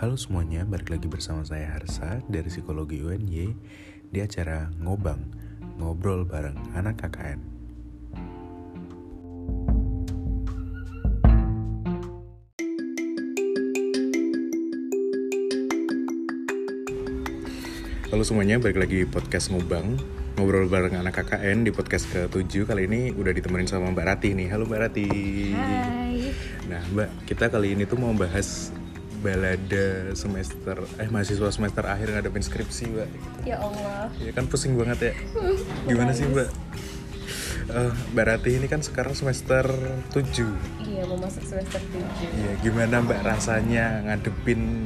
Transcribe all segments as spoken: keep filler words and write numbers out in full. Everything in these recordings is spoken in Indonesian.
Halo semuanya, balik lagi bersama saya Harsa dari Psikologi U N Y di acara Ngobang, ngobrol bareng anak K K N. Halo semuanya, balik lagi podcast Ngobang, ngobrol bareng anak K K N di podcast ketujuh. Kali ini udah ditemenin sama Mbak Rati nih. Halo Mbak Rati. Hai. Nah Mbak, kita kali ini tuh mau bahas balada semester eh mahasiswa semester akhir ngadepin skripsi Mbak. Ya Allah. Ya kan pusing banget ya. Gimana sih Mbak? Uh, Mbak Rati ini kan sekarang semester tujuh. Iya, mau masuk semester tujuh. Iya, gimana Mbak rasanya ngadepin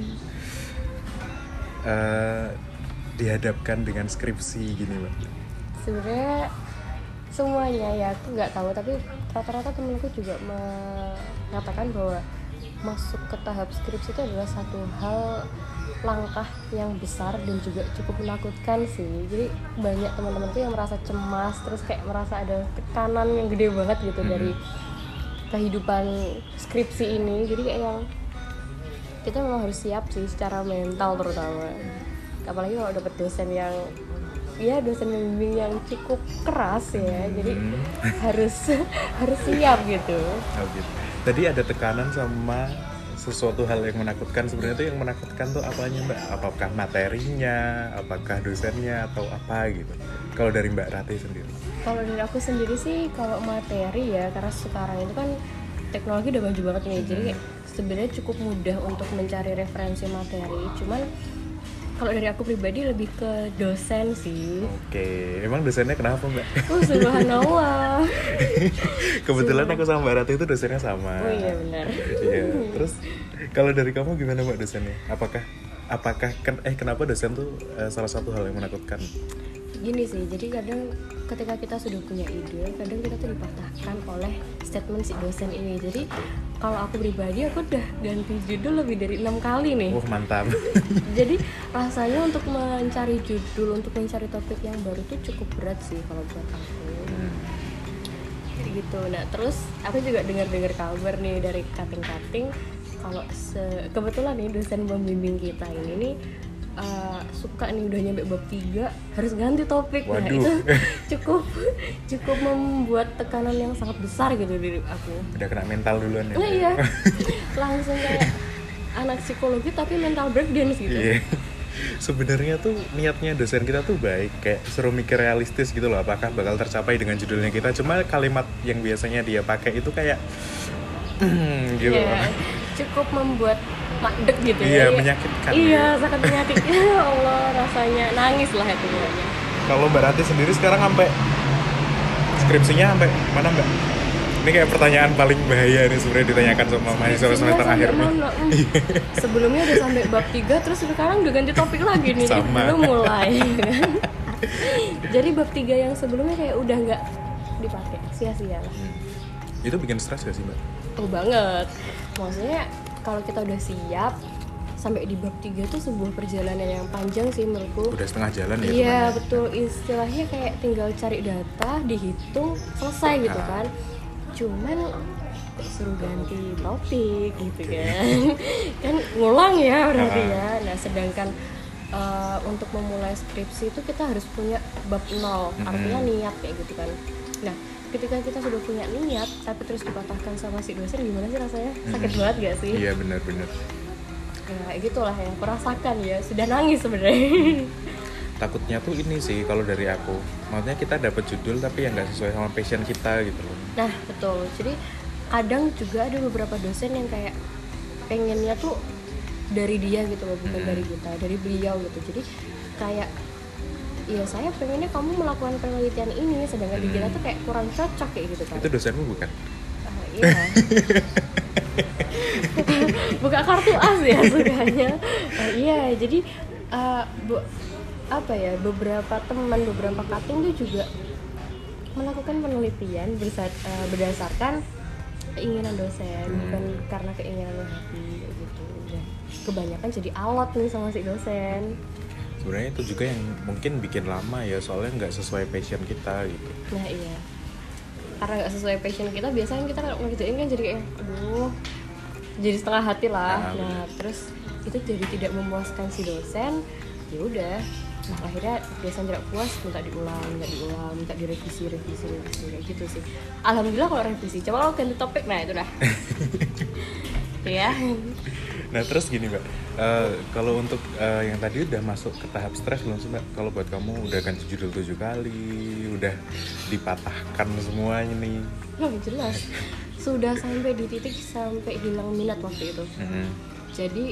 uh, dihadapkan dengan skripsi gini Mbak? Sebenarnya semuanya ya aku nggak tahu, tapi rata-rata temenku juga mengatakan bahwa masuk ke tahap skripsi itu adalah satu hal langkah yang besar dan juga cukup menakutkan sih. Jadi banyak teman-temanku yang merasa cemas, terus kayak merasa ada tekanan yang gede banget gitu hmm. dari kehidupan skripsi ini. Jadi kayak yang kita memang harus siap sih secara mental terutama. Apalagi kalau dapet dosen yang ya dosen pembimbing yang cukup keras ya. Jadi hmm. harus harus siap gitu. Oh gitu. Tadi ada tekanan sama sesuatu hal yang menakutkan. Sebenarnya itu yang menakutkan tuh apanya Mbak? Apakah materinya, apakah dosennya, atau apa gitu? Kalau dari Mbak Rati sendiri? Kalau dari aku sendiri sih, kalau materi ya, karena sekarang itu kan teknologi udah maju banget nih, hmm. jadi sebenarnya cukup mudah untuk mencari referensi materi. Cuman kalau dari aku pribadi lebih ke dosen sih. Oke, emang dosennya kenapa Mbak? Oh subhanallah. Kebetulan aku sama Mbak Rati itu dosennya sama. Oh iya benar. Iya. Terus kalau dari kamu gimana Mbak dosennya? Apakah apakah ken, eh kenapa dosen tuh uh, salah satu hal yang menakutkan? Gini sih, jadi kadang ketika kita sudah punya ide, kadang kita tuh dipatahkan oleh statement si dosen ini. Jadi kalau aku pribadi, aku udah ganti judul lebih dari enam kali nih. Wah oh, mantap. Jadi rasanya untuk mencari judul, untuk mencari topik yang baru tuh cukup berat sih kalau buat aku. Hmm. Gitu. Nah terus aku juga dengar-dengar kabar nih dari kating-kating kalau se- kebetulan nih dosen pembimbing kita ini nih Uh, suka nih udah nyampe bab tiga harus ganti topik. Waduh. Nah itu cukup cukup membuat tekanan yang sangat besar gitu di aku. Udah kena mental duluan ya. Nah iya. Langsung kayak anak psikologi tapi mental breakdown gitu. Iya. Sebenarnya tuh niatnya dosen kita tuh baik, kayak suruh mikir realistis gitu loh, apakah bakal tercapai dengan judulnya kita. Cuma kalimat yang biasanya dia pakai itu kayak gitu. Yeah, cukup membuat mandek gitu iya, ya. Iya, menyakitkan. Iya, gitu. Sangat menyakitkan. Ya Allah, rasanya nangis lah itu pokoknya. Kalau Mbak Rati sendiri sekarang sampai skripsinya sampai mana Mbak? Ini kayak pertanyaan paling bahaya nih sebenarnya ditanyakan sama mahasiswa semester akhir nih. Sebelumnya udah sampai bab tiga, terus sekarang udah ganti topik lagi nih. Sama. Belum mulai. Jadi bab tiga yang sebelumnya kayak udah nggak dipakai, sia-sia lah. Hmm. Itu bikin stres gak sih Mbak? Oh banget. Maksudnya kalau kita udah siap sampai di bab tiga tuh sebuah perjalanan yang panjang sih menurutku. Udah setengah jalan ya. Iya betul, istilahnya kayak tinggal cari data, dihitung, selesai gitu kan. Cuman suruh ganti topik gitu kan. Kan ngulang ya berarti ya. Nah sedangkan uh, untuk memulai skripsi itu kita harus punya bab nol, artinya niat kayak gitu kan. Nah ketika kita sudah punya niat tapi terus dipatahkan sama si dosen, gimana sih rasanya? Sakit hmm. banget gak sih? Iya benar-benar. Ya gitulah ya, perasakan ya, sudah nangis sebenarnya. Takutnya tuh ini sih kalau dari aku, maksudnya kita dapat judul tapi yang nggak sesuai sama passion kita gitu loh. Nah betul, jadi kadang juga ada beberapa dosen yang kayak pengennya tuh dari dia gitu loh, bukan hmm. dari kita, dari beliau gitu. Jadi kayak iya saya pengennya kamu melakukan penelitian ini, sedangkan hmm. di kita tuh kayak kurang cocok kayak gitu kan. Itu dosenmu bukan? Uh, iya. Buka kartu as ya sukanya. Uh, iya jadi uh, bu, apa ya beberapa teman beberapa cutting tuh juga melakukan penelitian bersat, uh, berdasarkan keinginan dosen, hmm. bukan karena keinginan hati kayak gitu. Dan kebanyakan jadi alat nih sama si dosen. Sebenarnya itu juga yang mungkin bikin lama ya, soalnya nggak sesuai passion kita gitu. Nah iya, karena nggak sesuai passion kita, biasanya kita kalau ngerjain kan jadi kayak aduh jadi setengah hati lah. Nah, Nah, terus itu jadi tidak memuaskan si dosen. Ya udah, nah akhirnya dosen tidak puas, minta diulang, minta diulang, minta direvisi, revisi, revisi kayak gitu sih. Alhamdulillah kalau revisi. Coba kalau ganti topik, nah itu dah. Ya. Nah terus gini mbak, uh, kalau untuk uh, yang tadi udah masuk ke tahap stres belum sih mbak? Kalau buat kamu udah ganti judul tujuh kali, udah dipatahkan semuanya nih. Oh jelas, sudah sampai di titik sampai hilang minat waktu itu. Mm-hmm. Jadi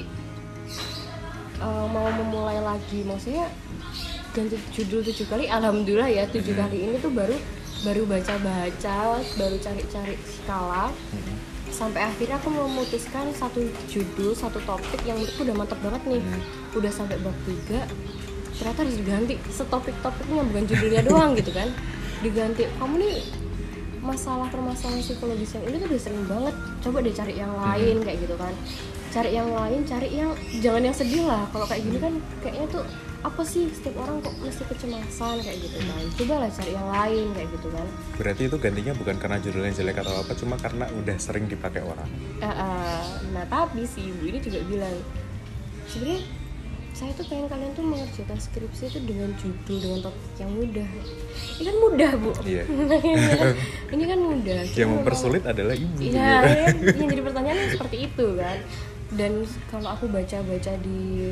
uh, mau memulai lagi, maksudnya ganti judul tujuh kali, alhamdulillah ya tujuh mm-hmm. kali ini tuh baru baru baca-baca, baru cari-cari skala. Mm-hmm. Sampai akhirnya aku memutuskan satu judul, satu topik yang menurutku udah mantap banget nih. Hmm. Udah sampai bab tiga, ternyata harus diganti setopik-topiknya, bukan judulnya doang gitu kan. Diganti, kamu nih masalah permasalahan psikologis yang ini tuh udah sering banget, coba deh cari yang lain kayak gitu kan. Cari yang lain, cari yang, jangan yang sedih lah. Kalau kayak gini kan kayaknya tuh apa sih, setiap orang kok mesti kecemasan kayak gitu kan. Cobalah cari yang lain kayak gitu kan. Berarti itu gantinya bukan karena judulnya jelek atau apa, cuma karena udah sering dipakai orang. uh, uh, Nah tapi si ibu ini juga bilang, sebenarnya saya tuh pengen kalian tuh mengerjakan skripsi itu dengan judul, dengan topik yang mudah. Ini kan mudah bu. Iya. Ini kan mudah. Yang mempersulit memang adalah ibu. Iya, ya, yang jadi pertanyaan seperti itu kan. Dan kalau aku baca-baca di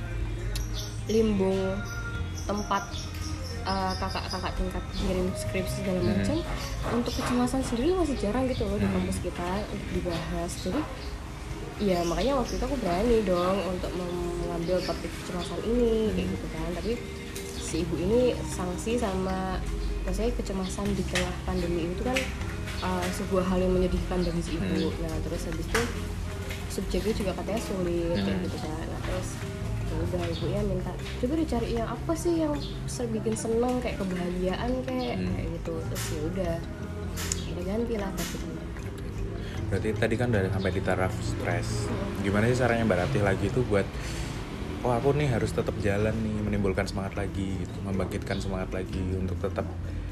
limbung tempat uh, kakak-kakak tingkat ngirim skripsi segala macam, hmm. untuk kecemasan sendiri masih jarang gitu loh di kampus kita untuk dibahas. Jadi ya makanya waktu itu aku berani dong untuk mengambil topik kecemasan ini hmm. kayak gitu kan. Tapi si ibu ini sanksi sama, maksudnya kecemasan di tengah pandemi itu kan uh, sebuah hal yang menyedihkan bagi si ibu. Hmm. Nah terus habis itu subjeknya juga katanya sulit hmm. kayak gitu kan. Nah terus udah ibunya minta coba dicari yang apa sih yang bikin seneng, kayak kebahagiaan kayak hmm. kayak gitu. Terus ya udah kita ganti lah topiknya. Berarti tadi kan udah sampai di taraf stres. Hmm. Gimana sih caranya Mbak Ratih lagi itu buat oh aku nih harus tetap jalan nih, menimbulkan semangat lagi gitu, membangkitkan semangat lagi untuk tetap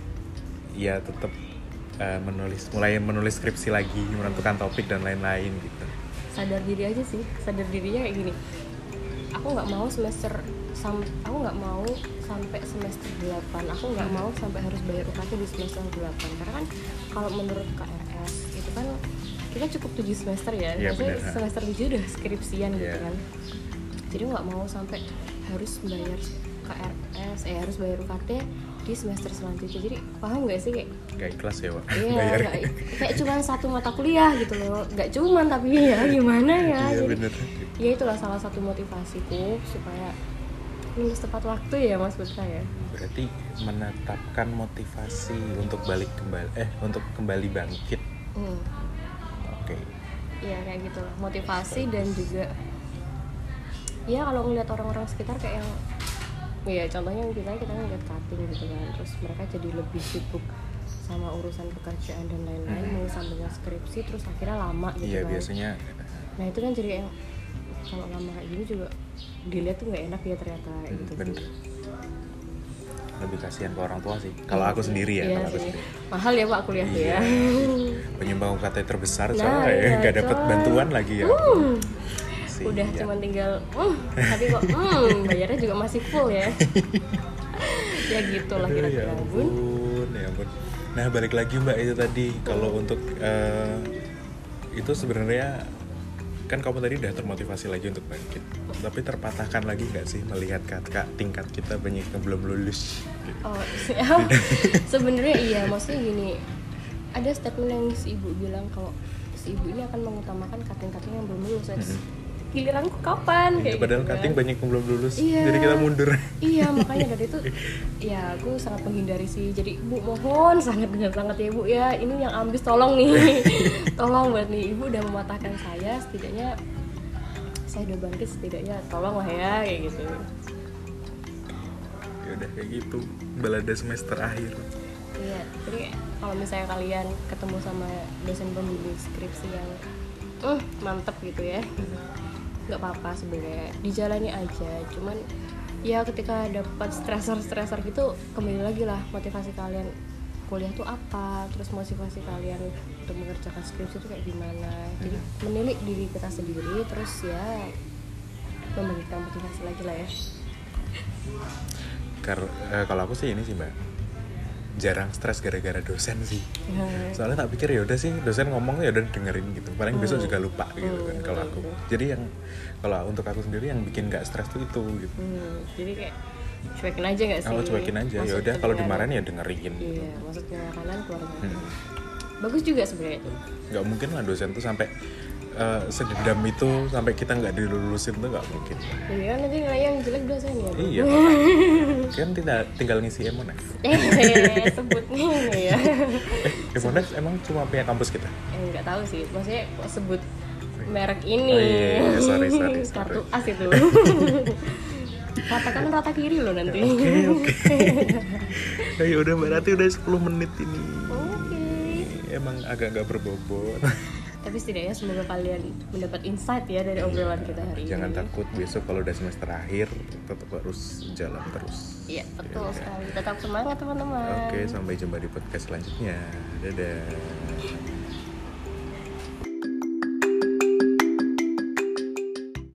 ya tetap uh, menulis mulai menulis skripsi lagi, menentukan topik dan lain-lain gitu. Sadar diri aja sih, sadar dirinya kayak gini. Aku nggak mau semester sam, aku nggak mau sampai semester delapan, aku nggak mau sampai harus bayar U K T di semester delapan, karena kan kalau menurut K R S itu kan kita cukup tujuh semester ya, ya maksudnya bener, semester tujuh udah skripsian yeah. gitu kan. Jadi nggak mau sampai harus bayar K R S, eh harus bayar U K T di semester selanjutnya. Jadi paham nggak sih kayak nggak ikhlas ya Pak? Iya, gak, kayak cuma satu mata kuliah gitu loh, nggak cuman tapi ya gimana ya. Iya, jadi bener. Ya itulah salah satu motivasiku supaya lulus tepat waktu ya Mas Putra ya. Berarti menetapkan motivasi untuk balik kembali eh untuk kembali bangkit. Hmm. Oke. Okay. Iya kayak gitu lah, motivasi dan juga ya kalau ngeliat orang-orang sekitar kayak yang ya contohnya kita kita ngeliat cutting gitu kan, terus mereka jadi lebih sibuk sama urusan pekerjaan dan lain-lain, hmm. mau sambil skripsi terus akhirnya lama gitu iya, kan. Iya biasanya. Nah itu kan jadi yang kalau lama kayak gini juga dilihat tuh nggak enak ya ternyata hmm, gitu. Bener. Lebih kasihan ke orang tua sih. Kalau aku sendiri ya, iya kalau aku sih. sendiri. Mahal ya Pak kuliah tuh iya. ya. Penyumbang U K T terbesar coy, nah, ya nggak iya, dapat bantuan lagi ya. Hmm. Sih, udah ya. cuma tinggal, hmm, tapi kok hmm, bayarnya juga masih full ya. Ya gitulah kira-kira. Ya ampun, ya ampun. Nah balik lagi Mbak itu tadi, kalau untuk uh, itu sebenarnya kan kamu tadi udah termotivasi lagi untuk bangkit, tapi terpatahkan lagi nggak sih melihat kakak tingkat kita banyak yang belum lulus? Gitu. Oh, sebenarnya iya, maksudnya gini, ada statement yang si ibu bilang kalau si ibu ini akan mengutamakan kating-kating yang belum lulus. Mm-hmm. Giliranku kapan? Kayak padahal gitu, kating kan? Banyak yang belum lulus, iya, jadi kita mundur. Iya, makanya dari itu ya aku sangat menghindari sih. Jadi Bu mohon sangat dengan sangat ya Bu ya, ini yang ambis tolong nih. Tolong buat nih, Ibu udah mematahkan saya, setidaknya saya udah bangkit, setidaknya tolong lah ya kayak gitu. Ya udah kayak gitu, balada semester akhir. Iya, jadi kalau misalnya kalian ketemu sama dosen pembimbing skripsi yang uh, mantep gitu ya, nggak apa-apa sebenarnya, dijalani aja. Cuman ya ketika dapat stresor-stresor gitu, kembali lagi lah motivasi kalian kuliah tuh apa, terus motivasi kalian untuk mengerjakan skripsi itu kayak gimana. Jadi menilik diri kita sendiri, terus ya memberikan motivasi lagi lah ya. Kar- eh, kalau aku sih ini sih mbak, jarang stres gara-gara dosen sih. Ya. Soalnya tak pikir ya udah sih dosen ngomong ya udah dengerin gitu, paling Hmm. besok juga lupa gitu kan Hmm, kalau aku. Jadi yang kalau untuk aku sendiri yang bikin nggak stres tuh itu gitu. Hmm, jadi kayak cuekin aja nggak sih? Oh cuekin aja, ya Maksud udah kalau pendengaran. dimarahin ya dengerin. Iya, maksudnya kanan keluar Hmm. hmm. Bagus juga sebenarnya itu. Nggak mungkin lah dosen tuh sampai uh, sedendam itu sampai kita nggak dilulusin tuh nggak mungkin. Jadi kan nanti nilai yang jelek dosennya. Bro. Iya. Kan tinggal tinggal ngisi Emonex. Eh, sebutnya ya. Eh, Emonex emang cuma punya kampus kita? Eh, nggak tahu sih, maksudnya kok sebut merek ini. Oh iya, sorry, sorry, sorry. Kartu as itu. Katakan rata kiri loh nanti. Oke, oke. Ayo udah berarti udah sepuluh menit ini. Oke. Emang agak nggak berbobot. Tapi setidaknya semoga kalian mendapat insight ya dari obrolan kita hari ini. Jangan takut, besok kalau udah semester akhir tetap harus jalan terus. Iya, betul Ya, sekali. Tetap semangat teman-teman. Oke, sampai jumpa di podcast selanjutnya. Dadah.